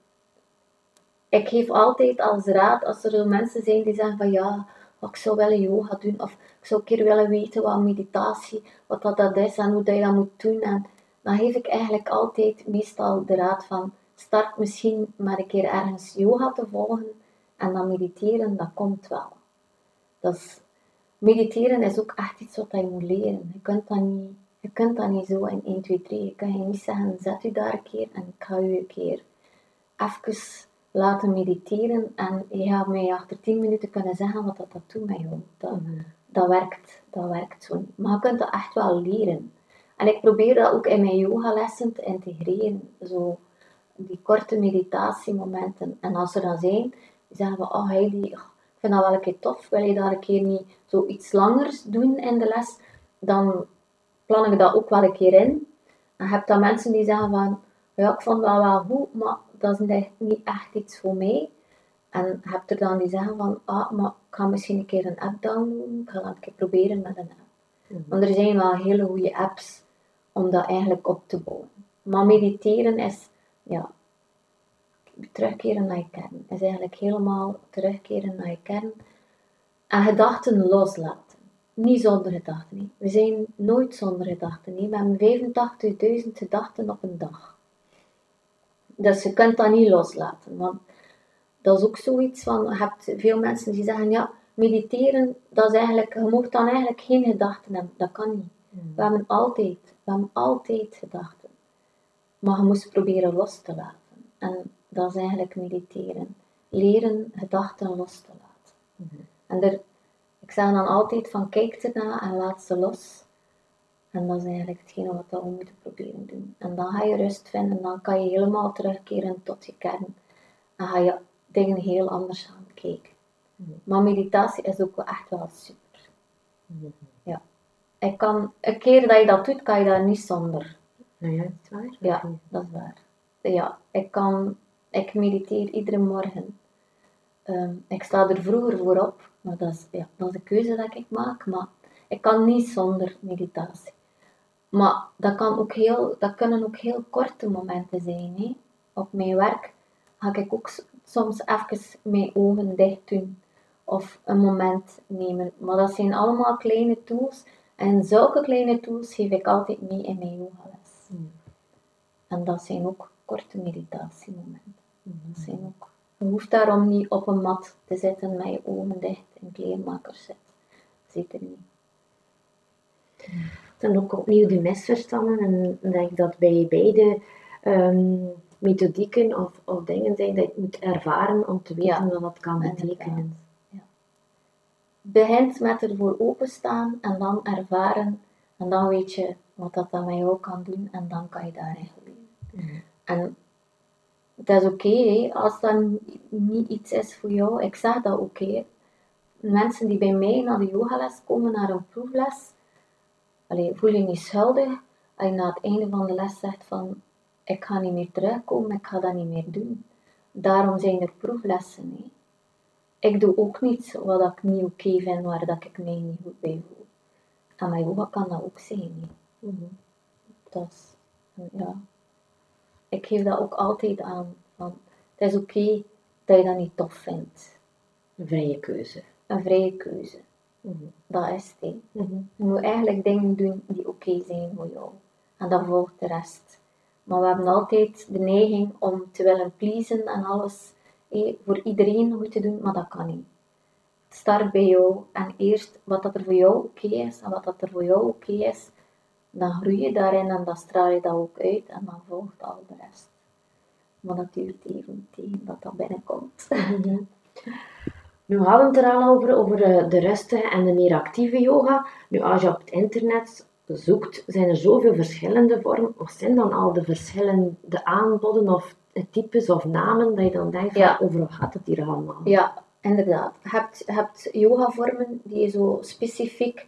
[SPEAKER 2] ik geef altijd als raad, als er zo mensen zijn die zeggen van ja, ik zou willen yoga doen, of ik zou een keer willen weten wat meditatie, wat dat, dat is en hoe dat je dat moet doen. En dan geef ik eigenlijk altijd meestal de raad van, start misschien maar een keer ergens yoga te volgen en dan mediteren, dat komt wel. Dat is, mediteren is ook echt iets wat je moet leren. Je kunt dat niet, je kunt dat niet zo in één, twee, drie. Je kan je niet zeggen, zet u daar een keer en ik ga u een keer even laten mediteren en je gaat mij achter tien minuten kunnen zeggen wat dat, dat doet met jou. Dat, mm-hmm. dat, werkt, dat werkt zo niet. Maar je kunt dat echt wel leren. En ik probeer dat ook in mijn yogalessen te integreren. Zo die korte meditatiemomenten. En als er dan zijn, die zeggen we, oh Heidi, ik vind dat wel een keer tof. Wil je daar een keer niet zo iets langers doen in de les? Dan plan ik dat ook wel een keer in. En je hebt dan mensen die zeggen van, ja, ik vond dat wel goed, maar dat is niet echt iets voor mij. En je hebt er dan die zeggen van, ah, maar ik ga misschien een keer een app downloaden. Ik ga dat een keer proberen met een app. Mm-hmm. Want er zijn wel hele goede apps om dat eigenlijk op te bouwen. Maar mediteren is, ja, terugkeren naar je kern. Is eigenlijk helemaal terugkeren naar je kern. En gedachten loslaten. Niet zonder gedachten. Nee. We zijn nooit zonder gedachten. Nee. We hebben vijfentachtigduizend gedachten op een dag. Dus je kunt dat niet loslaten. Want dat is ook zoiets van, je hebt veel mensen die zeggen, ja, mediteren, dat is eigenlijk, je mag dan eigenlijk geen gedachten hebben. Dat kan niet. Mm. We hebben altijd, we hebben altijd gedachten. Maar je moest proberen los te laten. En dat is eigenlijk mediteren. Leren gedachten los te laten. Mm-hmm. En er, ik zeg dan altijd van, kijk ernaar en laat ze los. En dat is eigenlijk hetgene wat we moeten proberen doen. En dan ga je rust vinden, dan kan je helemaal terugkeren tot je kern. En ga je dingen heel anders gaan kijken. Mm-hmm. Maar meditatie is ook wel echt wel super. Mm-hmm. Ja. Ik kan, een keer dat je dat doet, kan je dat niet zonder.
[SPEAKER 3] Nou ja, dat is waar.
[SPEAKER 2] Ja, dat is waar. Ja, ik kan, ik mediteer iedere morgen. Um, ik sta er vroeger voor op, maar dat is, ja, dat is een keuze dat ik maak. Maar ik kan niet zonder meditatie. Maar dat, kan ook heel, dat kunnen ook heel korte momenten zijn. Hè. Op mijn werk ga ik ook soms even mijn ogen dicht doen. Of een moment nemen. Maar dat zijn allemaal kleine tools. En zulke kleine tools geef ik altijd mee in mijn yogales. Mm. En dat zijn ook korte meditatiemomenten. Mm. Dat zijn ook Je hoeft daarom niet op een mat te zitten met je ogen dicht in kleermakers zit. Zeker niet.
[SPEAKER 3] Dan ook opnieuw de misverstanden. En ik denk dat bij beide um, methodieken of, of dingen zijn dat je het moet ervaren om te weten
[SPEAKER 2] Ja,
[SPEAKER 3] wat dat kan betekenen.
[SPEAKER 2] Ja. Begint met ervoor openstaan en dan ervaren. En dan weet je wat dat dan met jou kan doen en dan kan je daarin groeien.
[SPEAKER 3] Mm.
[SPEAKER 2] En het is oké okay, als dat niet iets is voor jou. Ik zeg dat ook. Okay. Mensen die bij mij naar de yogales komen, naar een proefles, allee, voel je niet schuldig als je na het einde van de les zegt van ik ga niet meer terugkomen, ik ga dat niet meer doen. Daarom zijn er proeflessen. Hè. Ik doe ook niets wat ik niet oké okay vind, waar dat ik mij niet goed bij voel. En met yoga kan dat ook zijn. Hè.
[SPEAKER 3] Mm-hmm.
[SPEAKER 2] Dat is, ja. Ik geef dat ook altijd aan. Van, het is oké okay dat je dat niet tof vindt.
[SPEAKER 3] Een vrije keuze.
[SPEAKER 2] Een vrije keuze.
[SPEAKER 3] Mm-hmm.
[SPEAKER 2] Dat is het.
[SPEAKER 3] Mm-hmm.
[SPEAKER 2] Je moet eigenlijk dingen doen die oké okay zijn voor jou. En dan volgt de rest. Maar we hebben altijd de neiging om te willen pleasen en alles hé, voor iedereen goed te doen, maar dat kan niet. Het start bij jou en eerst wat dat er voor jou oké okay is en wat dat er voor jou oké okay is, dan groei je daarin en dan straal je dat ook uit en dan volgt al de rest. Maar dat duurt even tegen dat dat binnenkomt.
[SPEAKER 3] Mm-hmm. Nu hadden we het er al over, over de rustige en de meer actieve yoga. Nu, als je op het internet zoekt, zijn er zoveel verschillende vormen. Of zijn dan al de verschillende aanboden of types of namen, dat je dan denkt van,
[SPEAKER 2] ja.
[SPEAKER 3] over wat gaat het hier allemaal?
[SPEAKER 2] Ja, inderdaad. Je hebt, je hebt yogavormen die zo specifiek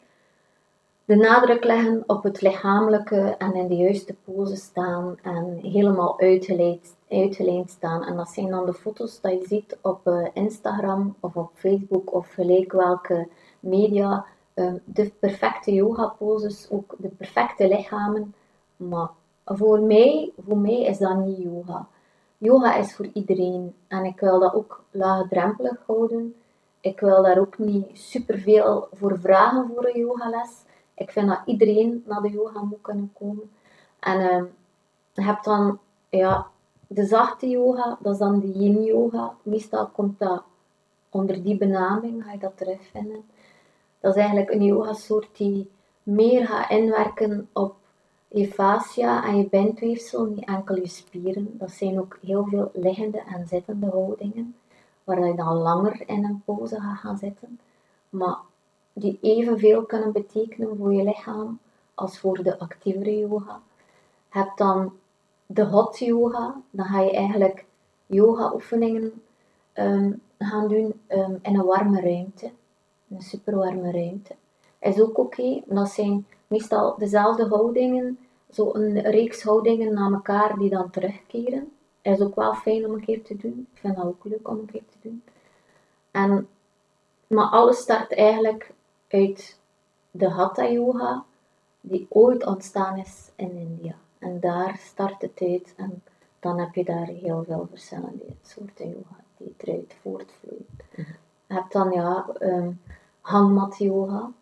[SPEAKER 2] de nadruk leggen op het lichamelijke en in de juiste pose staan en helemaal uitgeleid, uitgelijnd staan. En dat zijn dan de foto's die je ziet op uh, Instagram of op Facebook of gelijk welke media. Um, de perfecte yoga poses, ook de perfecte lichamen. Maar voor mij, voor mij is dat niet yoga. Yoga is voor iedereen en ik wil dat ook laagdrempelig houden. Ik wil daar ook niet superveel voor vragen voor een yogales. Ik vind dat iedereen naar de yoga moet kunnen komen. En uh, je hebt dan ja, de zachte yoga, dat is dan de yin yoga. Meestal komt dat onder die benaming, ga je dat terugvinden. Dat is eigenlijk een yogasoort die meer gaat inwerken op je fascia en je bindweefsel, niet enkel je spieren. Dat zijn ook heel veel liggende en zittende houdingen, waar je dan langer in een pose gaat gaan zitten. Maar die evenveel kunnen betekenen voor je lichaam als voor de actievere yoga. Je hebt dan de hot yoga, dan ga je eigenlijk yoga oefeningen um, gaan doen um, in een warme ruimte, een superwarme ruimte. Is ook oké, okay. Dat zijn meestal dezelfde houdingen, zo een reeks houdingen na elkaar die dan terugkeren. Is ook wel fijn om een keer te doen, ik vind dat ook leuk om een keer te doen. En, maar alles start eigenlijk uit de Hatha yoga, die ooit ontstaan is in India. En daar start het uit en dan heb je daar heel veel verschillende soorten yoga die eruit voortvloeien. Mm-hmm. Je hebt dan ja, um, hangmat yoga.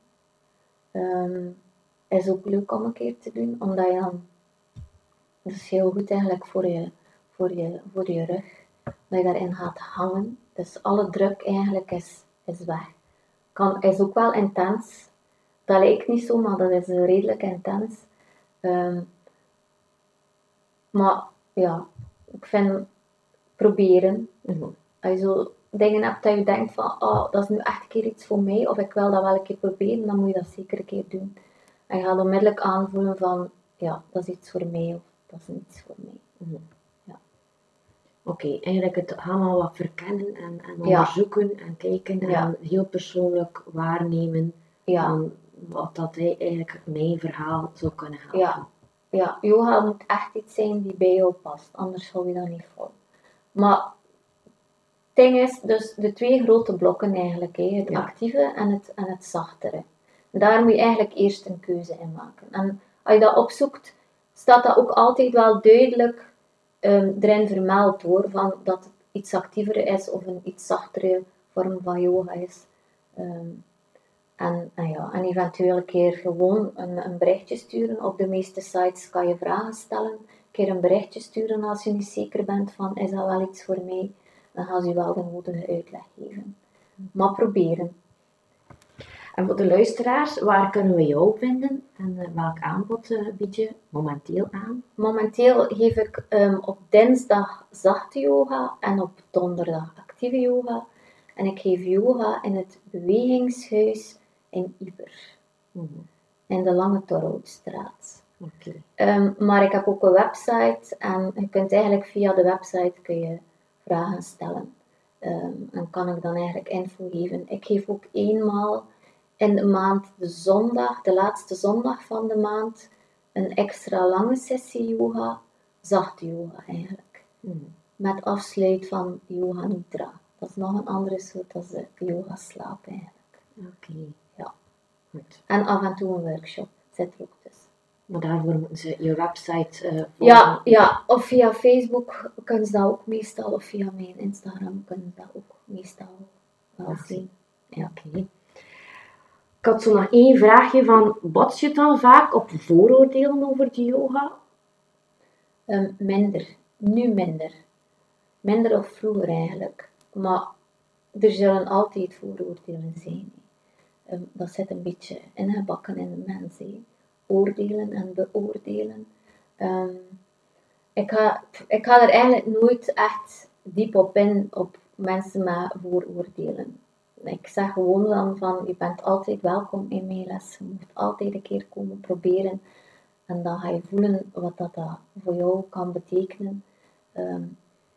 [SPEAKER 2] Um, is ook leuk om een keer te doen, omdat je dan, dat is heel goed eigenlijk voor je, voor je, voor je rug, dat je daarin gaat hangen. Dus alle druk eigenlijk is, is weg. Kan, is ook wel intens. Dat lijkt niet zo, maar dat is redelijk intens. Um, maar ja, ik vind proberen. Mm-hmm. Als je zo dingen hebt dat je denkt van, oh, dat is nu echt een keer iets voor mij, of ik wil dat wel een keer proberen, dan moet je dat zeker een keer doen. En je gaat onmiddellijk aanvoelen van, ja, dat is iets voor mij, of dat is niets voor mij.
[SPEAKER 3] Mm-hmm. Ja. Oké, okay, eigenlijk het allemaal wat verkennen en, en onderzoeken ja. en kijken en ja. heel persoonlijk waarnemen
[SPEAKER 2] ja.
[SPEAKER 3] van wat dat eigenlijk mijn verhaal zou kunnen helpen.
[SPEAKER 2] Ja. ja, yoga moet echt iets zijn die bij jou past, anders hou je dat niet vol. Maar het ding is, dus de twee grote blokken eigenlijk, hè, het ja. actieve en het, en het zachtere. Daar moet je eigenlijk eerst een keuze in maken. En als je dat opzoekt, staat dat ook altijd wel duidelijk um, erin vermeld hoor, van dat het iets actiever is of een iets zachtere vorm van yoga is. Um, en, en, ja, en eventueel een keer gewoon een, een berichtje sturen. Op de meeste sites kan je vragen stellen. Een keer een berichtje sturen als je niet zeker bent van, is dat wel iets voor mij? dan gaan ze je wel de nodige uitleg geven. Maar proberen.
[SPEAKER 3] En voor de luisteraars, waar kunnen we jou vinden en uh, welk aanbod uh, bied je momenteel aan?
[SPEAKER 2] Momenteel geef ik um, op dinsdag zachte yoga en op donderdag actieve yoga. En ik geef yoga in het bewegingshuis in Ieper.
[SPEAKER 3] Mm-hmm.
[SPEAKER 2] In de Lange Torhoutstraat.
[SPEAKER 3] Okay.
[SPEAKER 2] Um, maar ik heb ook een website en je kunt eigenlijk via de website kun je vragen stellen. Um, en kan ik dan eigenlijk info geven. Ik geef ook eenmaal in de maand de zondag, de laatste zondag van de maand, een extra lange sessie yoga, zachte yoga eigenlijk.
[SPEAKER 3] Mm.
[SPEAKER 2] Met afsluit van yoga nidra. Dat is nog een andere soort als de yoga slaap eigenlijk.
[SPEAKER 3] Oké. Okay.
[SPEAKER 2] Ja.
[SPEAKER 3] Goed.
[SPEAKER 2] En af en toe een workshop zit er ook tussen.
[SPEAKER 3] Maar daarvoor moeten ze je website uh, volgen?
[SPEAKER 2] Ja, ja, of via Facebook kunnen ze dat ook meestal, of via mijn Instagram kunnen ze dat ook meestal wel
[SPEAKER 3] ja.
[SPEAKER 2] zien. Ja.
[SPEAKER 3] Oké. Okay. Ik had zo nog één vraagje van, bots je dan vaak op vooroordelen over de yoga?
[SPEAKER 2] Um, minder. Nu minder. Minder of vroeger eigenlijk. Maar er zullen altijd vooroordelen zijn. Um, dat zit een beetje ingebakken in de mens. He. Oordelen en beoordelen. Um, ik, ga, ik ga er eigenlijk nooit echt diep op in, op mensen met vooroordelen. Ik zeg gewoon dan van, je bent altijd welkom in mijn les. Je moet altijd een keer komen proberen. En dan ga je voelen wat dat, dat voor jou kan betekenen. Um,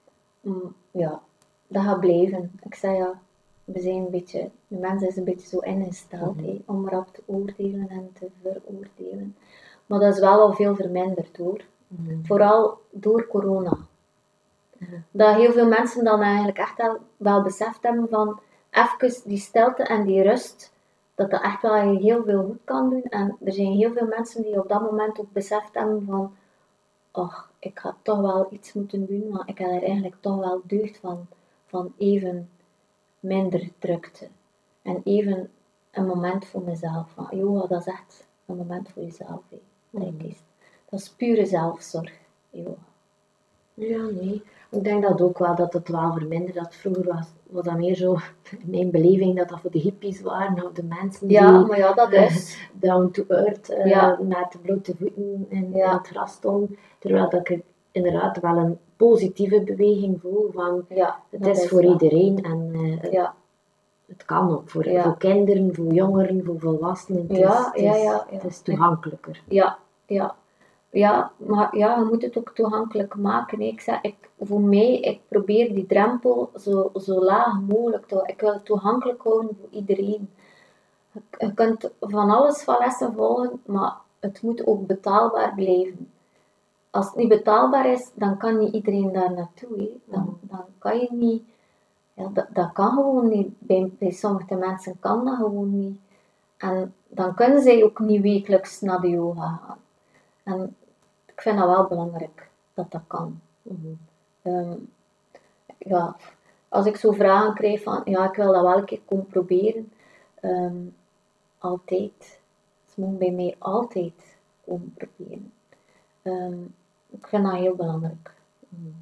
[SPEAKER 2] ja, dat gaat blijven. Ik zeg ja, we zijn een beetje, de mens is een beetje zo ingesteld, mm-hmm. he, om erop te oordelen en te veroordelen. Maar dat is wel al veel verminderd hoor. Mm-hmm. Vooral door corona. Mm-hmm. Dat heel veel mensen dan eigenlijk echt wel, wel beseft hebben van even die stilte en die rust, dat dat echt wel heel veel goed kan doen. En er zijn heel veel mensen die op dat moment ook beseft hebben van, ach, ik ga toch wel iets moeten doen, maar ik heb er eigenlijk toch wel deugd van, van even minder drukte. En even een moment voor mezelf. Van, yoga, dat is echt een moment voor jezelf. Hey. Mm. Dat is pure zelfzorg, yoga.
[SPEAKER 3] Ja, nee. Ik denk dat ook wel dat het wel verminderd. Dat vroeger was, was dat meer zo, in mijn beleving, dat dat voor de hippies waren, of de mensen die...
[SPEAKER 2] Ja, maar ja, dat is...
[SPEAKER 3] down to earth, uh,
[SPEAKER 2] ja.
[SPEAKER 3] met de blote voeten in,
[SPEAKER 2] ja.
[SPEAKER 3] in het gras stonden. Terwijl dat ik inderdaad wel een positieve beweging voel van,
[SPEAKER 2] ja,
[SPEAKER 3] het is, is voor wel. Iedereen en uh,
[SPEAKER 2] ja.
[SPEAKER 3] het kan ook voor,
[SPEAKER 2] ja.
[SPEAKER 3] voor kinderen, voor jongeren, voor volwassenen. Het,
[SPEAKER 2] ja,
[SPEAKER 3] is,
[SPEAKER 2] ja,
[SPEAKER 3] het, is,
[SPEAKER 2] ja, ja.
[SPEAKER 3] het is toegankelijker.
[SPEAKER 2] Ja, ja. Ja, maar ja, je moet het ook toegankelijk maken. Ik zeg, ik, voor mij, ik probeer die drempel zo, zo laag mogelijk te houden. Ik wil het toegankelijk houden voor iedereen. Je, je kunt van alles van lessen volgen, maar het moet ook betaalbaar blijven. Als het niet betaalbaar is, dan kan niet iedereen daar naartoe. Hè. Dan, dan kan je niet... Ja, dat, dat kan gewoon niet. Bij, bij sommige mensen kan dat gewoon niet. En dan kunnen zij ook niet wekelijks naar de yoga gaan. En ik vind dat wel belangrijk, dat dat kan.
[SPEAKER 3] Mm-hmm.
[SPEAKER 2] Um, ja, als ik zo vragen krijg van, ja, ik wil dat wel een keer komen proberen. Um, altijd. Ze mogen bij mij altijd komen proberen. Um, ik vind dat heel belangrijk.
[SPEAKER 3] Mm.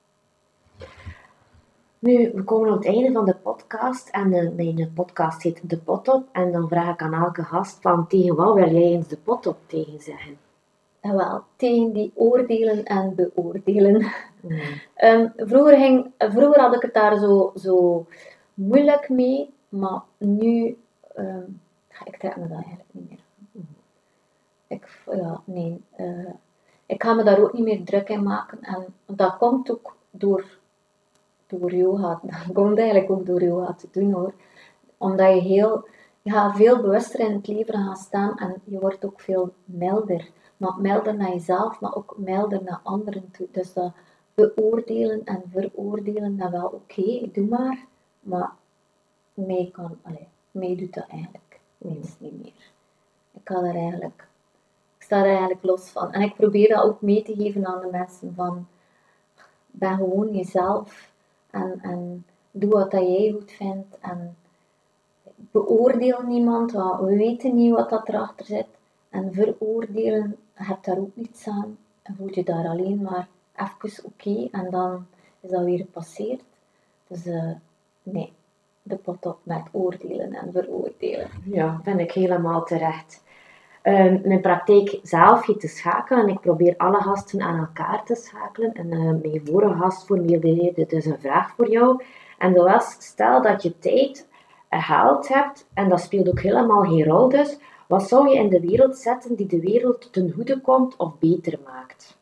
[SPEAKER 3] Nu, we komen op het einde van de podcast en de, mijn podcast heet De Pot Op. En dan vraag ik aan elke gast van, tegen wat wil jij eens de pot op tegen zeggen?
[SPEAKER 2] En wel, tegen die oordelen en beoordelen.
[SPEAKER 3] Mm.
[SPEAKER 2] um, vroeger, ging, vroeger had ik het daar zo, zo moeilijk mee, maar nu, um, ik trek me dat eigenlijk niet meer.
[SPEAKER 3] Mm.
[SPEAKER 2] Ik, ja, nee, uh, ik ga me daar ook niet meer druk in maken. En dat komt ook door, door yoga. Dat komt eigenlijk ook door yoga te doen hoor. Omdat je heel, je gaat veel bewuster in het leven gaan staan en je wordt ook veel milder. Maar milder naar jezelf, maar ook milder naar anderen toe. Dus dat beoordelen en veroordelen, dat wel oké, okay, doe maar. Maar mij, kan, allez, mij doet dat eigenlijk niets niet meer. Ik, ga daar eigenlijk, ik sta er eigenlijk los van. En ik probeer dat ook mee te geven aan de mensen van, ben gewoon jezelf en, en doe wat dat jij goed vindt. En beoordeel niemand, want we weten niet wat dat erachter zit. En veroordelen, je hebt daar ook niets aan. En voel je daar alleen maar even oké. Okay, en dan is dat weer gepasseerd. Dus uh, nee, de pot op met oordelen en veroordelen.
[SPEAKER 3] Ja, ben ik helemaal terecht. Uh, mijn praktijk zelf heet te schakelen en ik probeer alle gasten aan elkaar te schakelen. En uh, mijn vorige gast formuleerde dus een vraag voor jou. En dat was, stel dat je tijd en geld hebt, en dat speelt ook helemaal geen rol dus, wat zou je in de wereld zetten die de wereld ten goede komt of beter maakt?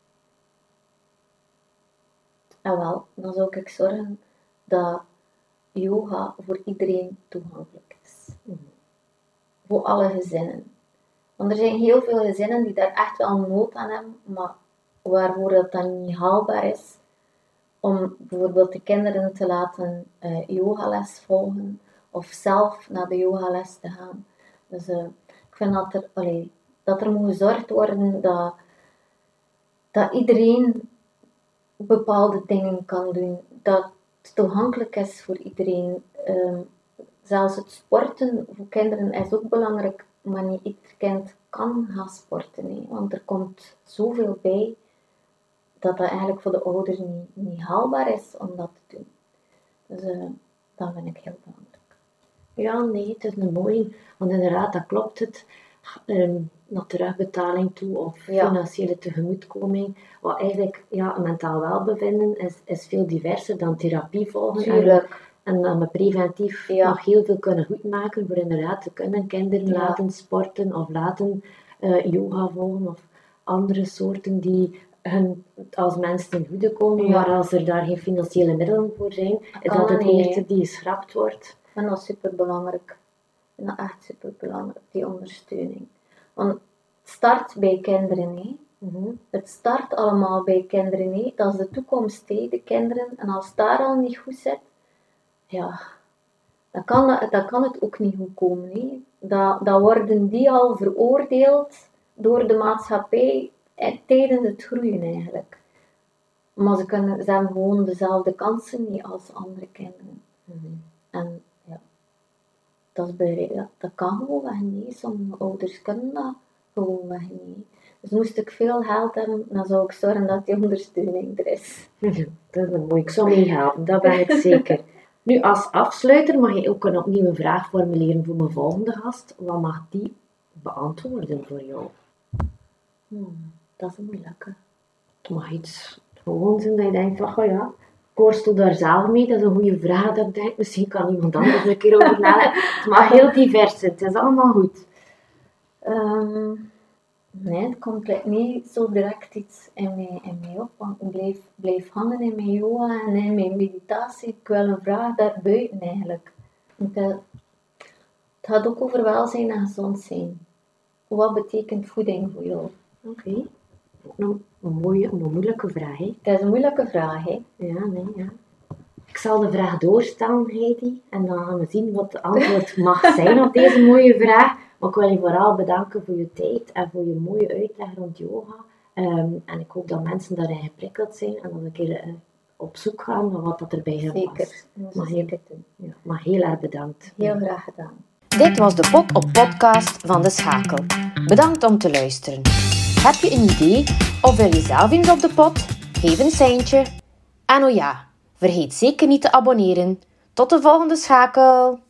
[SPEAKER 2] En wel, dan zou ik zorgen dat yoga voor iedereen toegankelijk is. Mm-hmm. Voor alle gezinnen. Want er zijn heel veel gezinnen die daar echt wel nood aan hebben, maar waarvoor dat dan niet haalbaar is om bijvoorbeeld de kinderen te laten uh, yogales volgen of zelf naar de yogales te gaan. Dus uh, ik vind dat er, allee, dat er moet gezorgd worden dat, dat iedereen bepaalde dingen kan doen. Dat het toegankelijk is voor iedereen. Um, zelfs het sporten voor kinderen is ook belangrijk, maar niet ieder kind kan gaan sporten. Hè. Want er komt zoveel bij dat dat eigenlijk voor de ouders niet, niet haalbaar is om dat te doen. Dus uh, dat vind ik heel belangrijk.
[SPEAKER 3] Ja, nee, het is een mooie. Want inderdaad, dat klopt het. Um, naar terugbetaling toe of
[SPEAKER 2] ja.
[SPEAKER 3] financiële tegemoetkoming. Wat eigenlijk, ja, mentaal welbevinden is, is veel diverser dan therapie volgen.
[SPEAKER 2] Tuurlijk.
[SPEAKER 3] En dan we preventief ja. nog heel veel kunnen goedmaken voor inderdaad te kunnen kinderen ja. laten sporten of laten uh, yoga volgen of andere soorten die hun als mensen ten goede komen. Ja. Maar als er daar geen financiële middelen voor zijn, is dat het
[SPEAKER 2] nee.
[SPEAKER 3] eerste die geschrapt wordt.
[SPEAKER 2] En dat is superbelangrijk. Ik vind dat echt superbelangrijk, die ondersteuning. Want het start bij kinderen, hè. Mm-hmm. Het start allemaal bij kinderen, hè. Dat is de toekomst, hè, de kinderen. En als het daar al niet goed zit, ja, dan kan, dat, dan kan het ook niet goed komen, hè. Dan, dan worden die al veroordeeld door de maatschappij tijdens het groeien, eigenlijk. Maar ze, kunnen, ze hebben gewoon dezelfde kansen niet als andere kinderen. Mm-hmm. En ja, dat, is bereid, dat, dat kan gewoon weg niet. Sommige ouders kunnen dat gewoon weg niet. Dus moest ik veel geld hebben, dan zou ik zorgen dat die ondersteuning er is.
[SPEAKER 3] Dat is mooi. Ik zou meehelpen, dat ben ik zeker. Nu, als afsluiter mag je ook een opnieuw vraag formuleren voor mijn volgende gast. Wat mag die beantwoorden voor jou?
[SPEAKER 2] Hmm, dat is een moeilijke.
[SPEAKER 3] Het mag iets gewoon zijn dat je denkt van, oh ja, koorst daar zelf mee? Dat is een goede vraag. Dat ik denk, misschien kan iemand anders een keer over nadenken. Het mag heel divers zijn, het is allemaal goed.
[SPEAKER 2] Um, nee, het komt like, niet zo direct iets in mij, in mij op. Want ik blijf, blijf hangen in mijn yoga en in mijn meditatie. Ik wil een vraag daarbuiten eigenlijk. Het, het gaat ook over welzijn en gezond zijn. Wat betekent voeding voor jou?
[SPEAKER 3] Oké. Okay. Een, een mooie, een moeilijke vraag, hè?
[SPEAKER 2] Het is een moeilijke vraag, hè?
[SPEAKER 3] Ja, nee, ja. Ik zal de vraag doorstellen, Heidi, en dan gaan we zien wat de antwoord mag zijn op deze mooie vraag. Maar ik wil je vooral bedanken voor je tijd en voor je mooie uitleg rond yoga. Um, en ik hoop dat mensen daarin geprikkeld zijn en dat we een keer uh, op zoek gaan naar wat dat erbij hen
[SPEAKER 2] Zeker.
[SPEAKER 3] past. Maar heel, ja, maar heel erg bedankt.
[SPEAKER 2] Heel graag gedaan.
[SPEAKER 1] Dit was de Pot op podcast van De Schakel. Bedankt om te luisteren. Heb je een idee of wil je zelf eens op de pot? Geef een seintje. En oh ja, vergeet zeker niet te abonneren. Tot de volgende schakel!